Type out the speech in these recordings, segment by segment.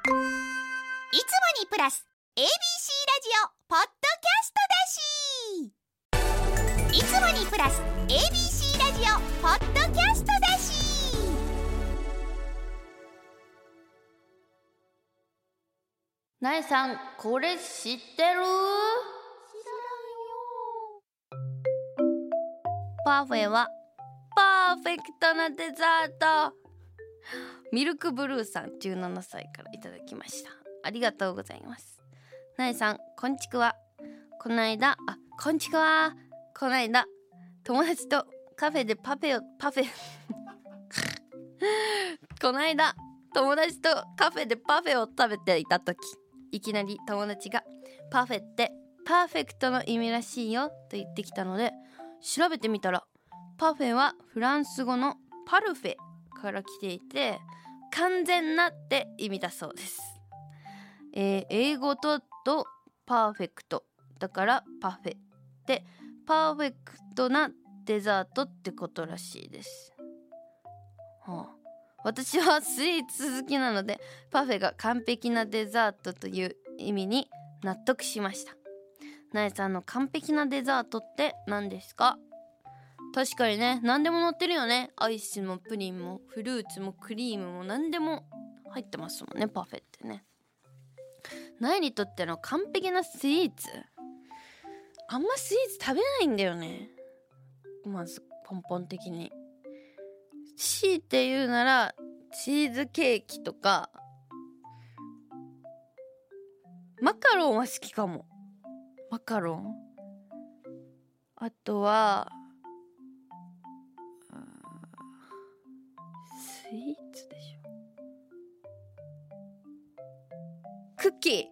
いつもにプラス ABC ラジオポッドキャストだし、いつもにプラス ABC ラジオポッドキャストだし。 なえさん、これ知ってる？パフェはパーフェクトなデザート。ミルクブルーさん17歳からいただきました。ありがとうございます。なえさん、こんちくわ。こないだ友達とカフェでこないだ友達とカフェでパフェを食べていた時、いきなり友達がパフェってパーフェクトの意味らしいよと言ってきたので、調べてみたらパフェはフランス語のパルフェから来ていて、完全なって意味だそうです。英語とパーフェクトだからパフェでパーフェクトなデザートってことらしいです。私はスイーツ好きなのでパフェが完璧なデザートという意味に納得しました。なえさんの完璧なデザートって何ですか？確かにね、何でも乗ってるよね。アイスもプリンもフルーツもクリームも何でも入ってますもんね、パフェってね。なえにとっての完璧なスイーツ、あんまスイーツ食べないんだよね。まず根本的に強いて言うならチーズケーキとかマカロンは好きかも。マカロン、あとはスイーツでしょ。クッキー、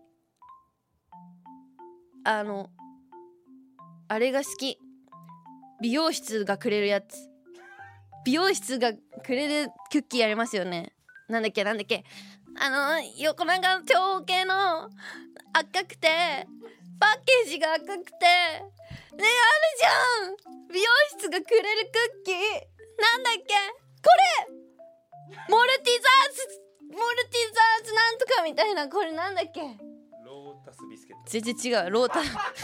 あれが好き。美容室がくれるやつ。美容室がくれるクッキーありますよね。なんだっけ横長長方形の赤くてパッケージが赤くてね、あるじゃん。美容室がくれるクッキーなんだっけ、これモルティザーズなんとかみたいな、これなんだっけ。 ロータスビスケット。 全然違う。ロータ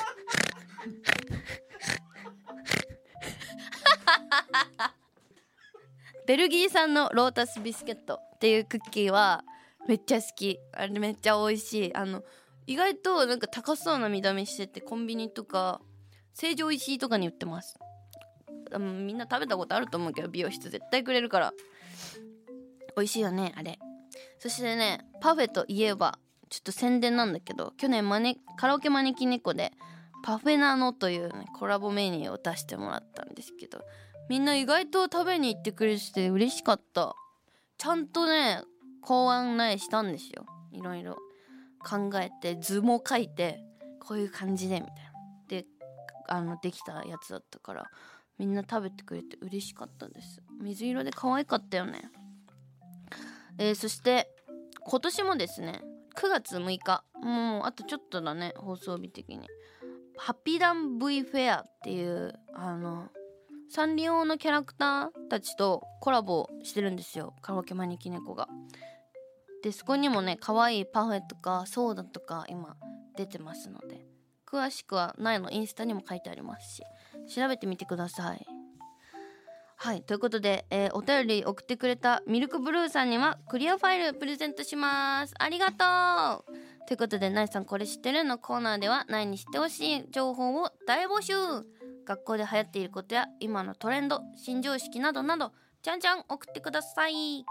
ベルギー産のロータスビスケットっていうクッキーはめっちゃ好き。あれめっちゃ美味しい。意外となんか高そうな見た目してて、コンビニとか成城石井とかに売ってます。みんな食べたことあると思うけど、美容室絶対くれるから美味しいよねあれ。そしてね、パフェといえばちょっと宣伝なんだけど、去年カラオケ招き猫でパフェナノという、ね、コラボメニューを出してもらったんですけど、みんな意外と食べに行ってくれて嬉しかった。ちゃんとね考案したんですよ。いろいろ考えて図も書いて、こういう感じでみたいなできたやつだったから、みんな食べてくれて嬉しかったです。水色で可愛かったよね。そして今年もですね、9月6日、もうあとちょっとだね、放送日的にハピダン V フェアっていうサンリオのキャラクターたちとコラボしてるんですよ、カラオケ招き猫が。でそこにもね、可愛いパフェとかソーダとか今出てますので、詳しくはなえのインスタにも書いてありますし、調べてみてください。はい、ということで、お便り送ってくれたミルクブルーさんにはクリアファイルプレゼントします。ありがとう。ということで、なえさんこれ知ってるのコーナーでは、なえに知ってほしい情報を大募集。学校で流行っていることや今のトレンド、新常識などなど、じゃんじゃん送ってください。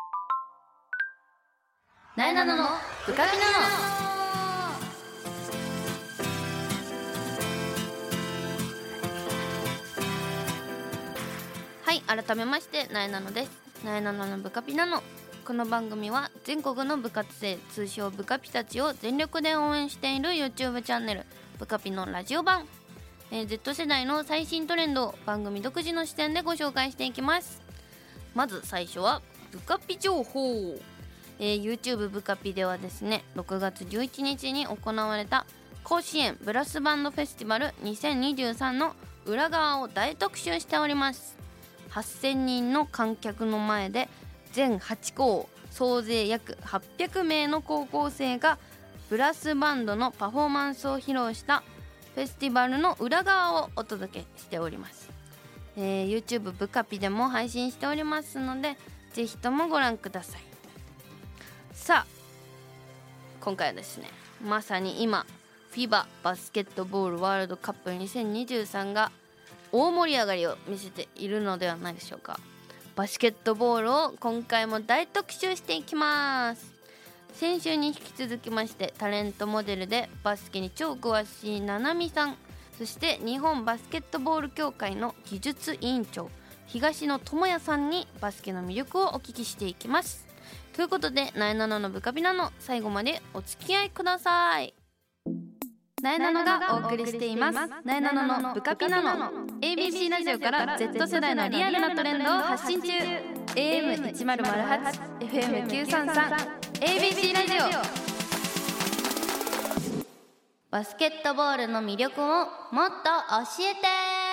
なえなののブカピナノ。はい、改めましてなえなのです。なえなののブカピナノ。この番組は全国の部活生、通称ブカピたちを全力で応援している YouTube チャンネルブカピのラジオ版、Z 世代の最新トレンドを番組独自の視点でご紹介していきます。まず最初はブカピ情報。YouTube ブカピではですね、6月11日に行われた甲子園ブラスバンドフェスティバル2023の裏側を大特集しております。8000人の観客の前で全8校総勢約800名の高校生がブラスバンドのパフォーマンスを披露したフェスティバルの裏側をお届けしております。YouTube ブカピでも配信しておりますので、ぜひともご覧ください。さあ今回はですね、まさに今FIBA バスケットボールワールドカップ2023が大盛り上がりを見せているのではないでしょうか。バスケットボールを今回も大特集していきます。先週に引き続きましてタレントモデルでバスケに超詳しいななみさん、そして日本バスケットボール協会の技術委員長東野智也さんにバスケの魅力をお聞きしていきます。ということでなえなののブカビナの最後までお付き合いください。なえなのがお送りしていますなえなののブカピナの ABC ラジオから Z 世代のリアルなトレンドを発信中 AM1008 FM933 ABC ラジオ。バスケットボールの魅力をもっと教えて。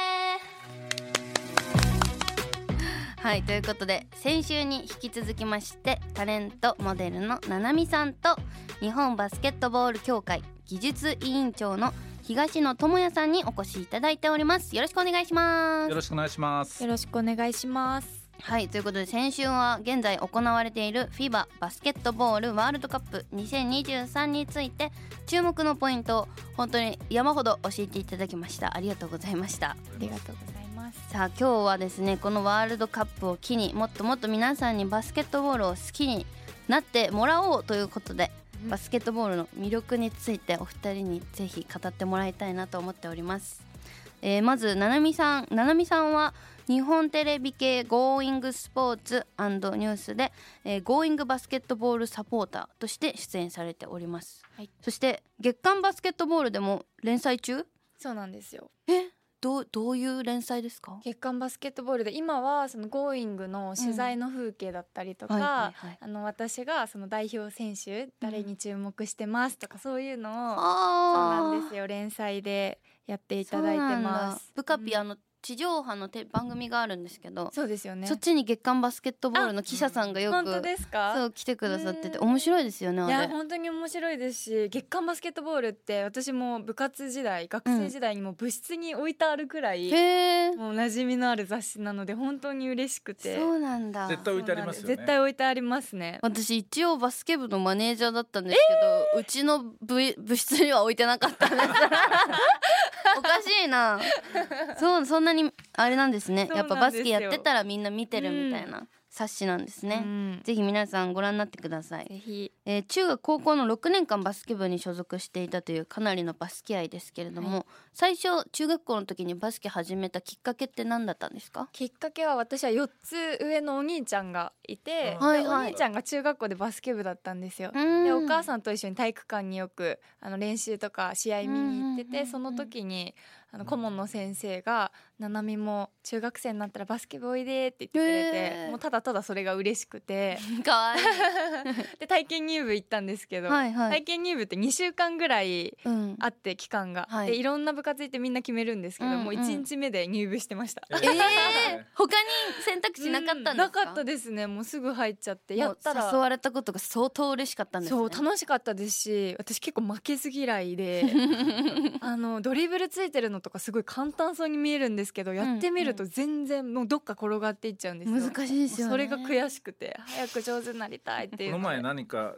はい、ということで先週に引き続きましてタレントモデルのななみさんと日本バスケットボール協会技術委員長の東野智也さんにお越しいただいております。よろしくお願いします。 よろしくお願いします。 よろしくお願いします。 はい、ということで先週は現在行われている FIBA バスケットボールワールドカップ2023について注目のポイントを本当に山ほど教えていただきました。ありがとうございました。 ありがとうございます。 さあ今日はですね、このワールドカップを機にもっともっと皆さんにバスケットボールを好きになってもらおうということで、バスケットボールの魅力についてお二人にぜひ語ってもらいたいなと思っております。まずななみさんは日本テレビ系 Going スポーツ&ニュースで、Going バスケットボールサポーターとして出演されております、はい、そして月刊バスケットボールでも連載中。 そうなんですよ。 どういう連載ですか？ 月刊バスケットボールで今はその Going の取材の風景だったりとか、私がその代表選手誰に注目してますとか、そういうのを、そうなんですよ、連載でやっていただいてます。 ブカピ地上波の番組があるんですけど、 そうですよね、 そっちに月刊バスケットボールの記者さんがよく、 本当ですか？ そう来てくださってて面白いですよね。あれいや本当に面白いですし、月刊バスケットボールって私も部活時代学生時代にも部室に置いてあるくらい、もう馴染みのある雑誌なので本当に嬉しくて。 そうなんだ。 絶対置いてありますよね。 絶対置いてありますね。 私一応バスケ部のマネージャーだったんですけど、うちの部室には置いてなかったんですおかしいなそんなにあれなんですね。やっぱバスケやってたらみんな見てるみたいな冊子なんですね、ぜひ皆さんご覧になってください。ぜひ、中学高校の6年間バスケ部に所属していたというかなりのバスケ愛ですけれども、最初中学校の時にバスケ始めたきっかけって何だったんですか？ きっかけは私は4つ上のお兄ちゃんがいて、お兄ちゃんが中学校でバスケ部だったんですよ。でお母さんと一緒に体育館によく練習とか試合見に行ってて、その時に顧問の先生がななみも中学生になったらバスケ部おいでって言ってくれて、もうただただそれが嬉しくてかわいいで体験入部行ったんですけど、体験入部って2週間ぐらいあって期間が、でいろんな部活行ってみんな決めるんですけど、もう1日目で入部してました。 他に選択肢なかったんですか？ なかったですね。もうすぐ入っちゃって、やったら誘われたことが相当嬉しかったんですね。 そう楽しかったですし、私結構負けず嫌いでドリブルついてるのとかすごい簡単そうに見えるんですけど、やってみると全然もうどっか転がっていっちゃうんですよ。 難しいですよね。 それが悔しくて早く上手になりたいっていう。 この前何か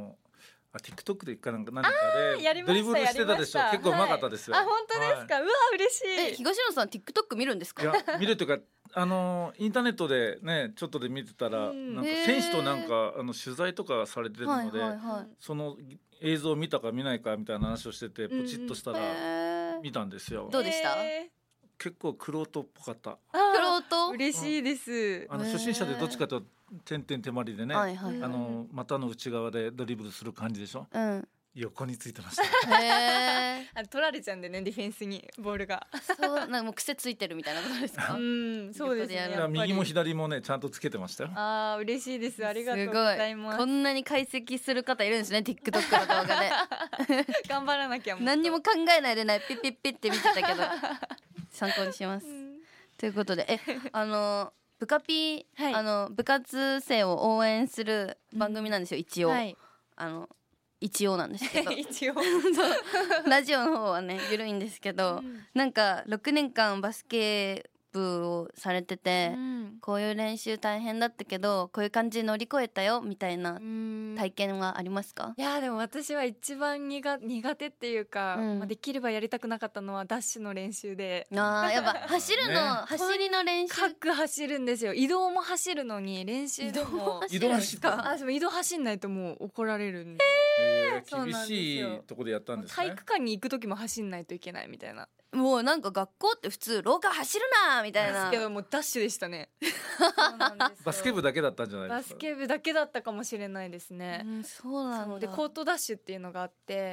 TikTok で何かでドリブルしてたでしょ。結構うまかったですよ。 本当ですか？うわ嬉しい。 東野さん TikTok 見るんですか？ いや見るというかインターネットでねちょっとで見てたら、なんか選手となんか取材とかされてるので、その映像を見たか見ないかみたいな話をしてて、ポチッとしたら見たんですよ。 どうでした？ 結構クロートっぽかった。 クロート？ 嬉しいです。 初心者でどっちかと点々手まりでね、股の内側でドリブルする感じでしょ、横についてました取られちゃうんでね、ディフェンスにボールが。 そうなんかもう癖ついてるみたいなことですか？ そうですね。 右も左もねちゃんとつけてましたよ。 嬉しいです。ありがとうございます。 こんなに解析する方いるんですね、 TikTok の動画で頑張らなきゃ。 何にも考えないでないピッピッピッって見てたけど参考にします、ということで部カピ、部活生を応援する番組なんですよ、一応、一応なんですけど一応ラジオの方はね緩いんですけど、なんか6年間バスケ部をされてて、こういう練習大変だったけどこういう感じで乗り越えたよみたいな体験はありますか？ いやでも私は一番苦手っていうか、できればやりたくなかったのはダッシュの練習で、 やっぱ走るの、走りの練習各走るんですよ。移動も走るのに練習でも移動走ったでも移動走んないともう怒られるんで、 厳しいとこでやったんですね。 体育館に行く時も走んないといけないみたいな。 もうなんか学校って普通廊下走るなみたいな、 ですけどもうダッシュでしたねバスケ部だけだったんじゃないですか？ バスケ部だけだったかもしれないですね、 そうなんだ。 でコートダッシュっていうのがあって、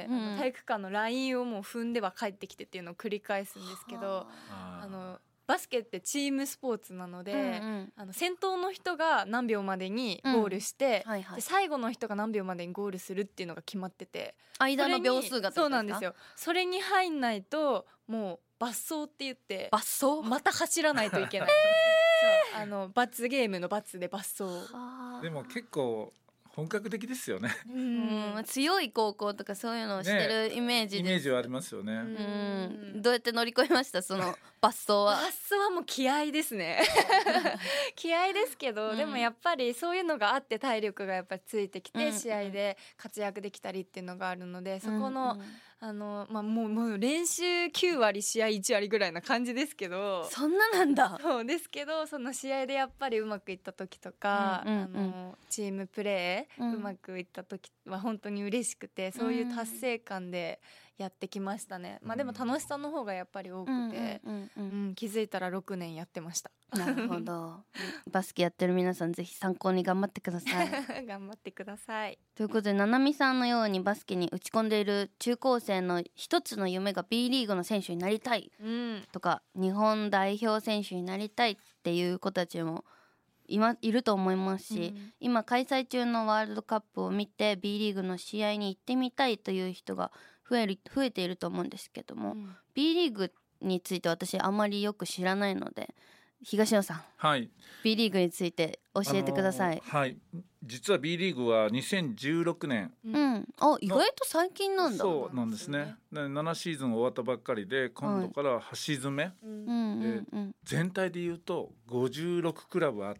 体育館のラインをもう踏んでは帰ってきてっていうのを繰り返すんですけど、バスケってチームスポーツなので、先頭の人が何秒までにゴールして、で最後の人が何秒までにゴールするっていうのが決まってて、 間の秒数がそうなんですよ。それに入んないともう罰走って言って、 罰走また走らないといけないそう罰ゲームの罰で罰走。 でも結構本格的ですよね。 強い高校とかそういうのをしてるイメージイメージはありますよね。 どうやって乗り越えました？その罰走は。 罰走はもう気合ですね気合ですけど、でもやっぱりそういうのがあって体力がやっぱりついてきて、試合で活躍できたりっていうのがあるので、そこのもう練習9割試合1割ぐらいな感じですけど、 そんななんだ。 そうですけど、その試合でやっぱりうまくいった時とか、チームプレーうまくいった時は本当に嬉しくて、そういう達成感でやってきましたね。でも楽しさの方がやっぱり多くて、気づいたら6年やってました。 なるほどバスケやってる皆さんぜひ参考に頑張ってください頑張ってください。 ということで、ななみさんのようにバスケに打ち込んでいる中高生の一つの夢が B リーグの選手になりたいとか、日本代表選手になりたいっていう子たちも今いると思いますし、今開催中のワールドカップを見て B リーグの試合に行ってみたいという人が増えていると思うんですけども、B リーグについて私あまりよく知らないので、東野さん、B リーグについて教えてください。 実は B リーグは2016年、 意外と最近なんだ。 そうなんですね。7シーズン終わったばっかりで、今度から8シーズン目、全体でいうと56クラブあって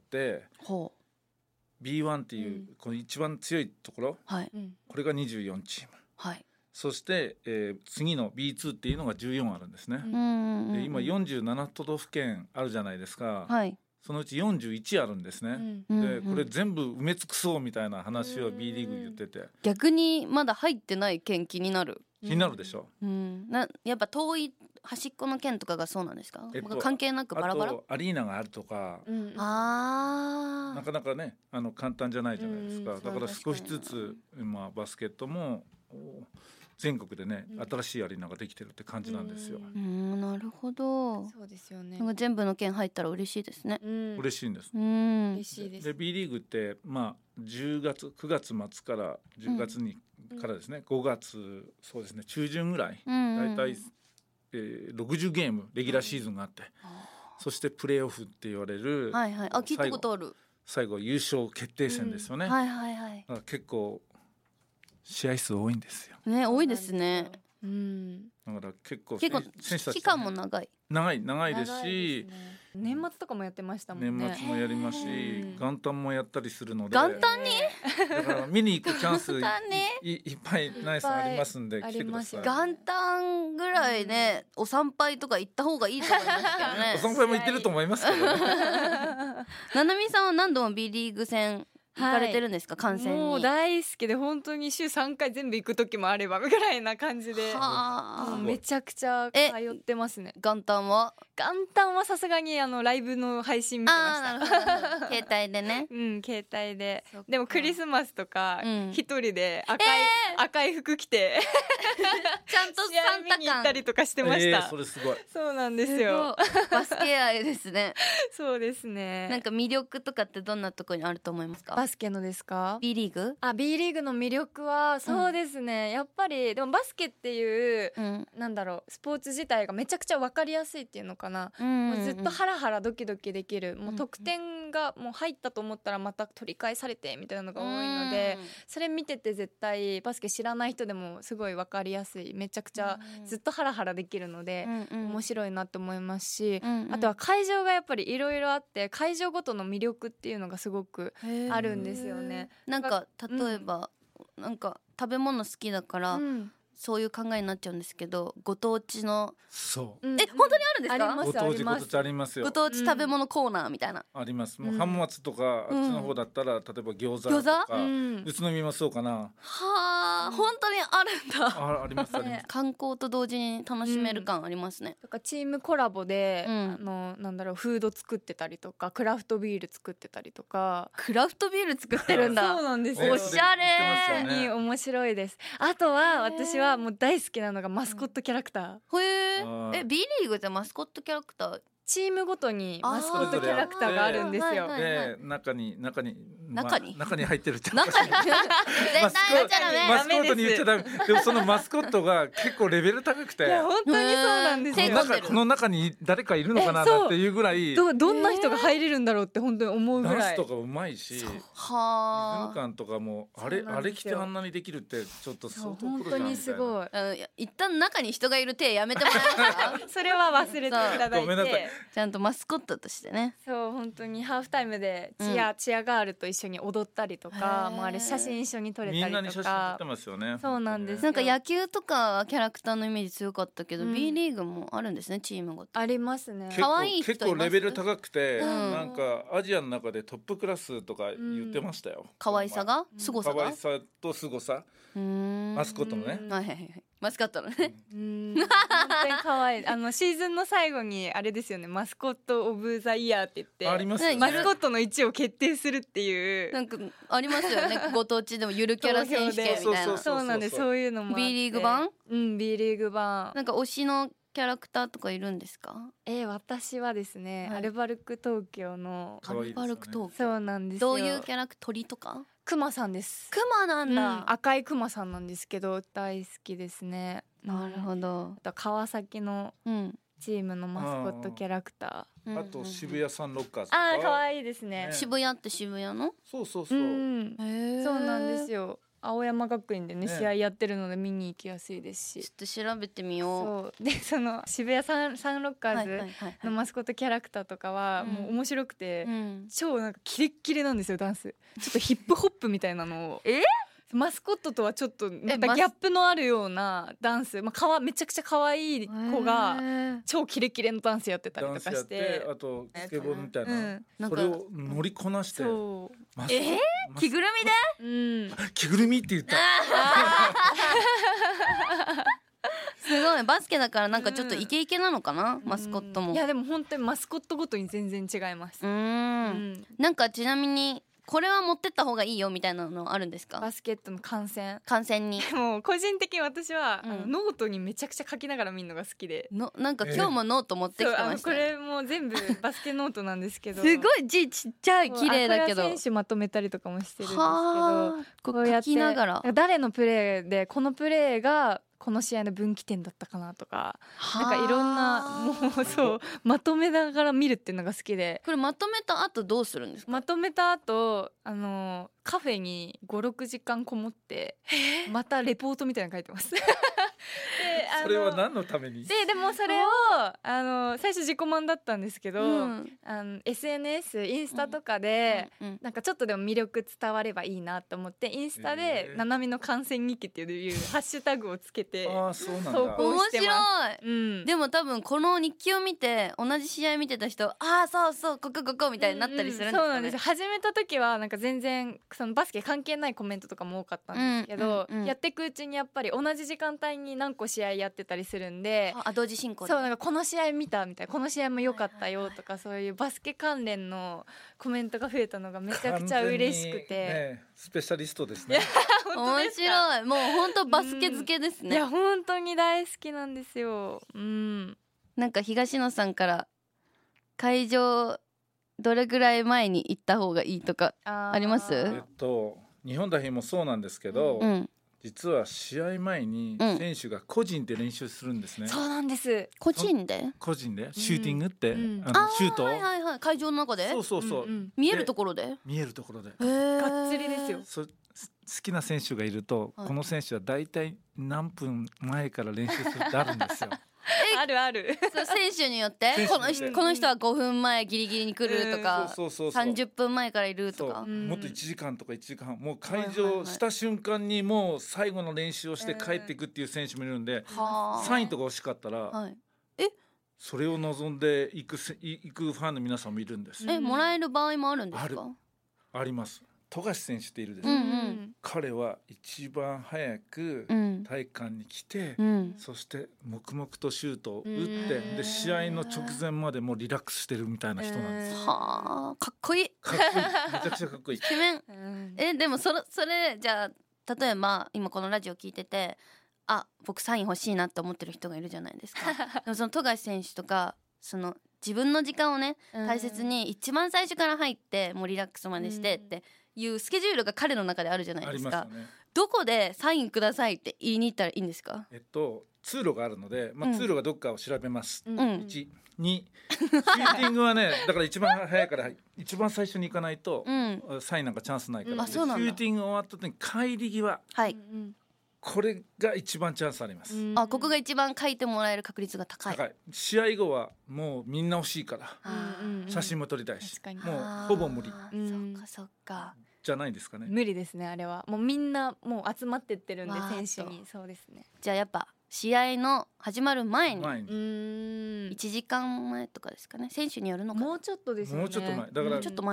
、B1 っていうこの一番強いところ、これが24チーム、そして、次の B2 っていうのが14あるんですね。で今47都道府県あるじゃないですか、そのうち41あるんですね。でこれ全部埋め尽くそうみたいな話を B リーグ言ってて、 逆にまだ入ってない県気になるでしょ。 やっぱ遠い端っこの県とかがそうなんですか？関係なくバラバラ。 あとアリーナがあるとか、なかなかね簡単じゃないじゃないですか。だから少しずつバスケットも全国でね、新しいアリーナができてるって感じなんですよ。 なるほど。 そうですよね。 全部の県入ったら嬉しいですね。 嬉しいんです。 嬉しいです。 で B リーグって10月9月末から10月にからですね、5月そうですね中旬ぐらい、だいたい60ゲームレギュラーシーズンがあって、そしてプレーオフって言われる、 聞いたことある。 最後優勝決定戦ですよね。結構試合数多いんですよ。 多いですね。 だから結構選手たち期間も長いですし、 年末とかもやってましたもんね。 年末もやりますし、元旦もやったりするので、 元旦にだから見に行くチャンスいっぱいナイスありますんで来てください。 元旦ぐらいね、お参拝とか行った方がいいと思いますけどね。 お参拝も行ってると思いますけどねななみさんは何度も B リーグ戦行かれてるんですか？観戦に。 もう大好きで、本当に週3回全部行く時もあればぐらいな感じで、めちゃくちゃ通ってますね。 元旦はさすがにライブの配信見てました。 携帯でね。 携帯で。でもクリスマスとか一人で赤い服着てちゃんとサンタ見に行ったりとかしてました。 それすごい。 そうなんですよ。 バスケ愛ですね。 そうですね。 なんか魅力とかってどんなところにあると思いますか？ ババスケのですか？ B リーグ？ B リーグの魅力はそうですね、やっぱりでもバスケっていう、なんだろう、スポーツ自体がめちゃくちゃ分かりやすいっていうのかな、もうずっとハラハラドキドキできる、もう得点がもう入ったと思ったらまた取り返されてみたいなのが多いので、それ見てて絶対バスケ知らない人でもすごい分かりやすい、めちゃくちゃずっとハラハラできるので、面白いなって思いますし、あとは会場がやっぱりいろいろあって、会場ごとの魅力っていうのがすごくあるんですよね。 なんか例えば、なんか食べ物好きだから、そういう考えになっちゃうんですけど、ご当地のそう、 本当にあるんですか？ ご当地ありますよ。 ご当地食べ物コーナーみたいな、 あります。もう浜松とかあっちの方だったら、例えば餃子とか、宇都宮もそうかな。 はあ、本当にあるんだ。 ありますあります。 観光と同時に楽しめる感ありますね。 だからチームコラボで、なんだろう、フード作ってたりとか、クラフトビール作ってたりとか。 クラフトビール作ってるんだ。 そうなんですよ。 おしゃれに面白いです。あとは私はもう大好きなのがマスコットキャラクター。 B リーグってマスコットキャラクター、 チームごとにマスコットキャラクターがあるんですよ。 で、中に入ってるって。 マスコットに言っちゃダメ。でもそのマスコットが結構レベル高くて、 いや本当にそうなんですよ。 この中に誰かいるのかなっていうぐらい、 どんな人が入れるんだろうって本当に思うぐらい。 ダンスとかうまいし、リズム感とかもあれ着てあんなにできるってちょっと相当プロじゃんみたいな。本当にすごい。 一旦中に人がいる手やめてもらえますか？ それは忘れていただいて、 ちゃんとマスコットとしてね。 そう、本当にハーフタイムでチアガールと一緒に踊ったりとか、もうあれ写真一緒に撮れたりとか。 みんなに写真撮ってますよね。 そうなんです。 なんか野球とかキャラクターのイメージ強かったけど、B リーグもあるんですね、チームごと。 ありますね。 可愛い人います。 結構レベル高くて、なんかアジアの中でトップクラスとか言ってましたよ。 可愛さが、凄さが。 可愛さと凄さ。マスコットのね。 はいはいはい。マスカットのね。 本当に可愛い。シーズンの最後にあれですよね、マスコットオブザイヤーって言って、 ありますね。 マスコットの位置を決定するっていう。 なんかありますよね。ご当地でもゆるキャラ選手権みたいな。 そうなんです。そういうのも。 B リーグ版 ？B リーグ版。 なんか推しのキャラクターとかいるんですか？ 私はですね、アルバルク東京の。 アルバルク東京。 そうなんですよ。 どういうキャラクター？鳥とか？ クマさんです。 クマなんだ。 赤いクマさんなんですけど大好きですね。 なるほど。 あと川崎のチームのマスコットキャラクター。あと渋谷サンロッカーズとか。 可愛いですね。 渋谷って渋谷の？ そう。 そうなんですよ。青山学院でね、試合やってるので見に行きやすいですし、 ちょっと調べてみよう。でその渋谷サンロッカーズのマスコットキャラクターとかはもう面白くて、超なんかキレッキレなんですよ、ダンス。ちょっとヒップホップみたいなのをマスコットとはちょっとまたギャップのあるようなダンス、めちゃくちゃ可愛い子が超キレキレのダンスやってたりとかして、 あとスケボーみたいな、それを乗りこなして、 着ぐるみで、着ぐるみって言った。 すごい。バスケだからなんかちょっとイケイケなのかな、マスコットも。 いやでも本当にマスコットごとに全然違います。 なんかちなみにこれは持ってった方がいいよみたいなのあるんですか？ バスケットの観戦に。 もう個人的に私は、ノートにめちゃくちゃ書きながら見るのが好きで、 なんか今日もノート持ってきてました。 これも全部バスケノートなんですけどすごい字ちっちゃい綺麗だけど、 選手まとめたりとかもしてるんですけど、こうやって書きながら誰のプレーでこのプレーがこの試合の分岐点だったかなとか、なんかいろんなもうそうまとめながら見るっていうのが好きで。 これまとめた後どうするんですか？ まとめた後カフェに 5,6 時間こもってまたレポートみたいなの書いてますでそれは何のために？ でもそれを最初自己満だったんですけど、SNS インスタとかで、なんかちょっとでも魅力伝わればいいなと思ってインスタで「ななみの観戦日記」っていうハッシュタグをつけて投稿してます。 面白い。でも多分この日記を見て同じ試合見てた人、そうここみたいになったりするんですかね。 そうなんですよ。始めた時はなんか全然そのバスケ関係ないコメントとかも多かったんですけど、やっていくうちにやっぱり同じ時間帯に何個試合やってたりするんで、 同時進行で。 そう、なんかこの試合見たみたいな、この試合も良かったよとか、そういうバスケ関連のコメントが増えたのがめちゃくちゃ嬉しくて、 スペシャリストですね。 面白い。もう本当バスケ漬けですね。 いや本当に大好きなんですよ。 なんか東野さんから会場どれぐらい前に行った方がいいとかあります？ 日本代表もそうなんですけど、 うん、 実は試合前に選手が個人で練習するんですね、 そうなんです。 個人でシューティングって、シュート、 はいはいはい、会場の中でそう、 見えるところでがっつりですよ。 好きな選手がいると、この選手はだいたい何分前から練習するってあるんですよあるそう、選手によってこの人は5分前ギリギリに来るとか、30分前からいるとか、 もっと1時間とか1時間、もう会場した瞬間にもう最後の練習をして帰っていくっていう選手もいるんで、サインとか欲しかったら、それを望んで行くファンの皆さんもいるんです。 もらえる場合もあるんですか？ あります。富樫選手っているですね、彼は一番早く体育館に来て、そして黙々とシュートを打って、で試合の直前までもうリラックスしてるみたいな人なんです。 はあ、かっこいい。 めちゃくちゃかっこいい。 イケメン。でもそれじゃあ、例えば今このラジオ聞いてて、僕サイン欲しいなって思ってる人がいるじゃないですかでもその富樫選手とか、その自分の時間をね大切に一番最初から入ってもうリラックスまでしてっていうスケジュールが彼の中であるじゃないですか。どこでサインくださいって言いに行ったらいいんですか？ 通路があるので、通路がどっかを調べます。1、2、シューティングはね、だから一番早いから一番最初に行かないと、サインなんかチャンスないから、シューティング終わった時に帰り際、これが一番チャンスあります。 ここが一番書いてもらえる確率が高い。 試合後はもうみんな欲しいから、写真も撮りたいし、もうほぼ無理。 そっかじゃないですかね。 無理ですね、あれは。もうみんなもう集まってってるんで、選手に。そうですね。 じゃあやっぱ試合の始まる前に1時間前とかですかね。選手によるのかな。 もうちょっとですよね。 もうちょっと前だから、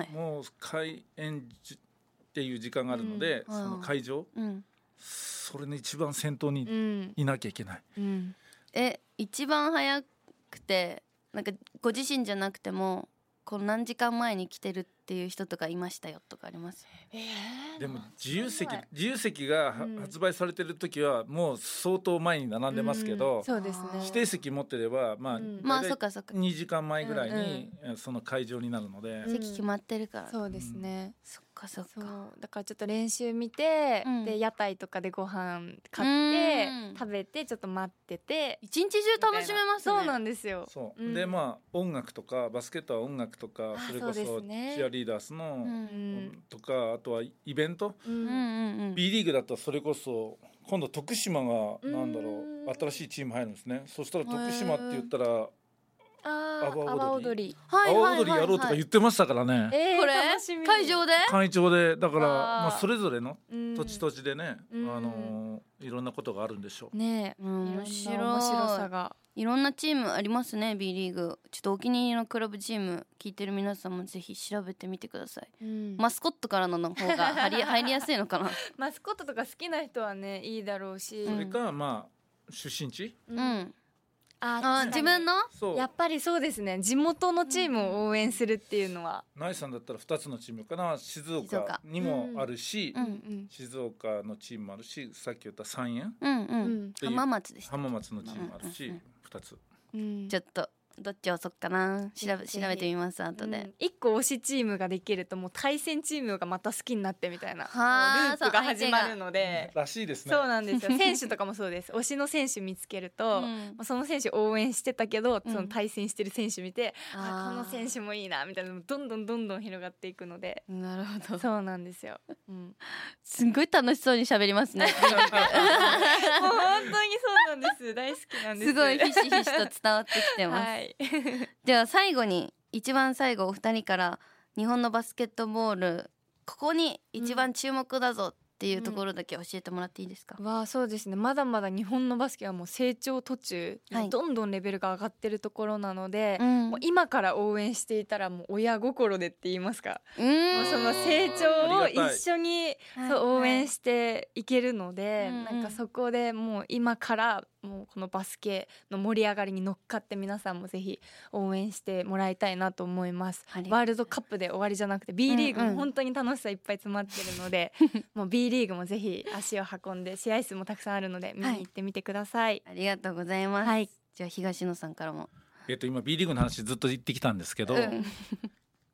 もう開演っていう時間があるので、その会場、それの一番先頭にいなきゃいけない。 一番早くて、なんかご自身じゃなくてもこの何時間前に来てるっていう人とかいましたよとかあります？ でも自由席が発売されてる時はもう相当前に並んでますけど、 そうですね、 指定席持ってればそっか2時間前ぐらいにその会場になるので、 席決まってるから。 そうですね、 そっかそっか。 だからちょっと練習見て、で屋台とかでご飯買って食べてちょっと待ってて、 一日中楽しめますね。 そうなんですよ。 で音楽とかバスケットは音楽とか、それこそチアリーダースのとか、あとはイベント、B リーグだったらそれこそ今度徳島が新しいチーム入るんですね。そしたら徳島って言ったら阿波踊りやろうとか言ってましたからね。 これ会場でだからそれぞれの土地でね、いろんなことがあるんでしょうね。面白さがいろんなチームありますね。 B リーグちょっとお気に入りのクラブチーム聞いてる皆さんもぜひ調べてみてください。マスコットからの方が入りやすいのかなマスコットとか好きな人はねいいだろうし、 それか出身地、 自分のやっぱりそうですね、地元のチームを応援するっていうのは、 ナイさんだったら2つのチームかな。静岡にもあるし、静岡のチームもあるし、さっき言った三円、 浜松でした。 浜松のチームもあるし、2つ。 ちょっとどっちをそっかな、調べてみます後で。 一個推しチームができるともう対戦チームがまた好きになってみたいなループが始まるので、 らしいですね。 そうなんですよ。選手とかもそうです。推しの選手見つけると、その選手応援してたけど、その対戦してる選手見て、この選手もいいなみたいなのどんどん広がっていくので。 なるほど、 そうなんですよ。 すごい楽しそうに喋りますねもう本当にそうなんです。大好きなんです。 すごいひしひしと伝わってきてます。では最後に一番最後お二人から日本のバスケットボールここに一番注目だぞっていうところだけ教えてもらっていいですか？ そうですね、まだまだ日本のバスケはもう成長途中、どんどんレベルが上がってるところなので、もう今から応援していたらもう親心でって言いますか、もうその成長を一緒に応援していけるので、なんかそこでもう今からもうこのバスケの盛り上がりに乗っかって皆さんもぜひ応援してもらいたいなと思います。ワールドカップで終わりじゃなくて B リーグも本当に楽しさいっぱい詰まってるので、もう B リーグもぜひ足を運んで、試合数もたくさんあるので見に行ってみてください。 ありがとうございます。じゃあ東野さんからも。 今 B リーグの話ずっと言ってきたんですけど、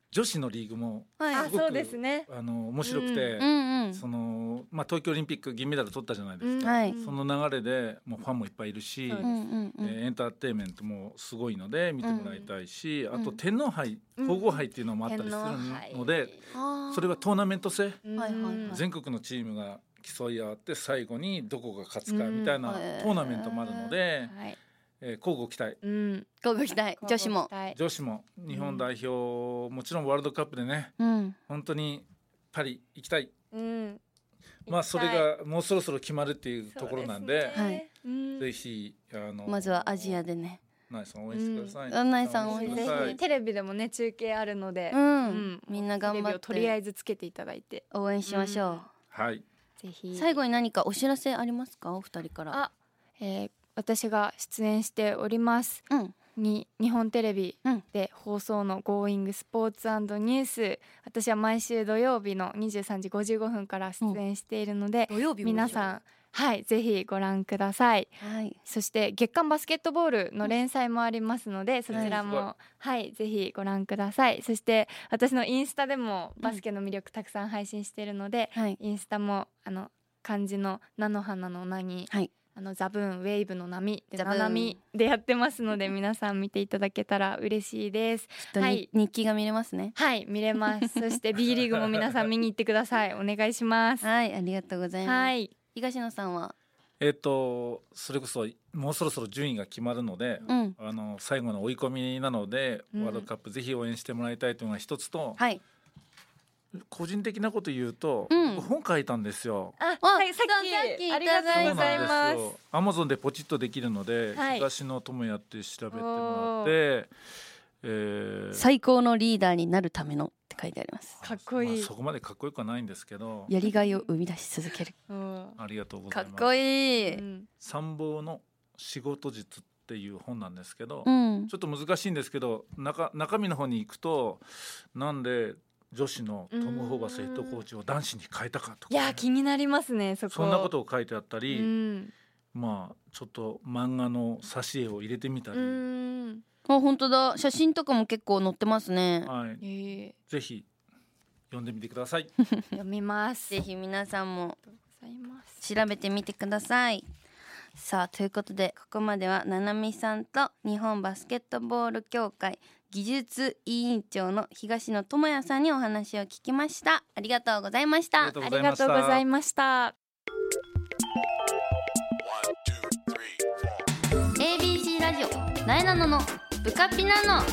女子のリーグもはいすごく、 そうですね、 面白くて、 うんうん、 その東京オリンピック銀メダル取ったじゃないですか、 はい、 その流れでもうファンもいっぱいいるし、エンターテインメントもすごいので見てもらいたいし、あと天皇杯、皇后杯っていうのもあったりするので、それはトーナメント制、全国のチームが競い合って最後にどこが勝つかみたいなトーナメントもあるので、交互期待、 交互期待、女子も日本代表、もちろんワールドカップでね、本当にパリ行きたい、まあそれがもうそろそろ決まるっていうところなんで、ぜひまずはアジアでね、 ナイさん応援してください。 ナイさん応援してください。 テレビでもね中継あるので、 みんな頑張ってテレビをとりあえずつけていただいて応援しましょう。 はい。 ぜひ。 最後に何かお知らせありますか、お二人から。 私が出演しております、日本テレビで放送の Going スポーツ&ニュース、私は毎週土曜日の23時55分から出演しているので、皆さんぜひご覧ください、そして月刊バスケットボールの連載もありますので、そちらもぜひご覧ください。そして私のインスタでもバスケの魅力たくさん配信しているので、インスタも漢字の菜の花の名に、ザブーンウェーブの波でななみでやってますので、皆さん見ていただけたら嬉しいです。 日記が見れますね。 見れますそして B リーグも皆さん見に行ってください。お願いします。 ありがとうございます。東野さんはそれこそもうそろそろ順位が決まるので、最後の追い込みなので、ワールドカップぜひ応援してもらいたいというのが一つと、個人的なこと言うと、本書いたんですよ。 さっきありがとうございます。 Amazon でポチッとできるので、東野智也って調べてもらって、 最高のリーダーになるためのって書いてあります。 かっこいい。 そこまでかっこよくはないんですけど、 やりがいを生み出し続ける。 ありがとうございます。 かっこいい。 参謀の仕事術っていう本なんですけど、ちょっと難しいんですけど、中身の方に行くと、なんで女子のトム・ホーバスヘッドコーチを男子に変えたかとか、 いや気になりますね。そんなことを書いてあったり、まあちょっと漫画の挿絵を入れてみたり、 本当だ、写真とかも結構載ってますね。 ぜひ読んでみてください。 読みます。 ぜひ皆さんも調べてみてください。さあということで、ここまではななみさんと日本バスケットボール協会技術委員長の東野智也さんにお話を聞きました。ありがとうございました。 ありがとうございました。 ABC ラジオなえなののブカピナノ。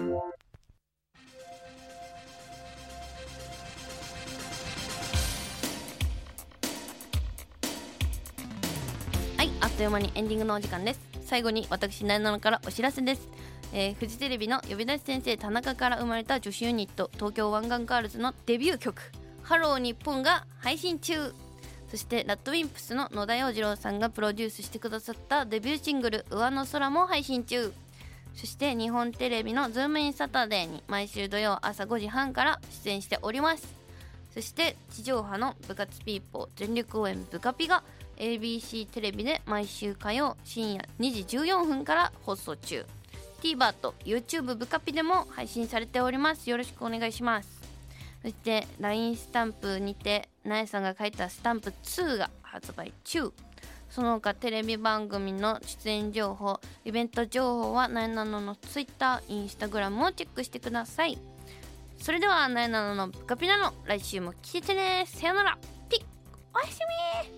あっという間にエンディングのお時間です。最後に私なえなのからお知らせです。フジテレビの呼び出し先生田中から生まれた女子ユニット東京湾岸ガールズのデビュー曲ハロー日本が配信中。そしてラッドウィンプスの野田洋次郎さんがプロデュースしてくださったデビューシングル上の空も配信中。そして日本テレビのズームインサタデーに毎週土曜朝5時半から出演しております。そして地上波の部活ピーポー全力応援ブカピが ABC テレビで毎週火曜深夜2時14分から放送中。 TVer と YouTube ブカピでも配信されております。よろしくお願いします。そして LINE スタンプにてなえさんが書いたスタンプ2が発売中。その他テレビ番組の出演情報イベント情報はなえなのの Twitter、Instagram をチェックしてください。それではなえなののブカピナの来週も聞いてね。さよなら。ピッおやすみ。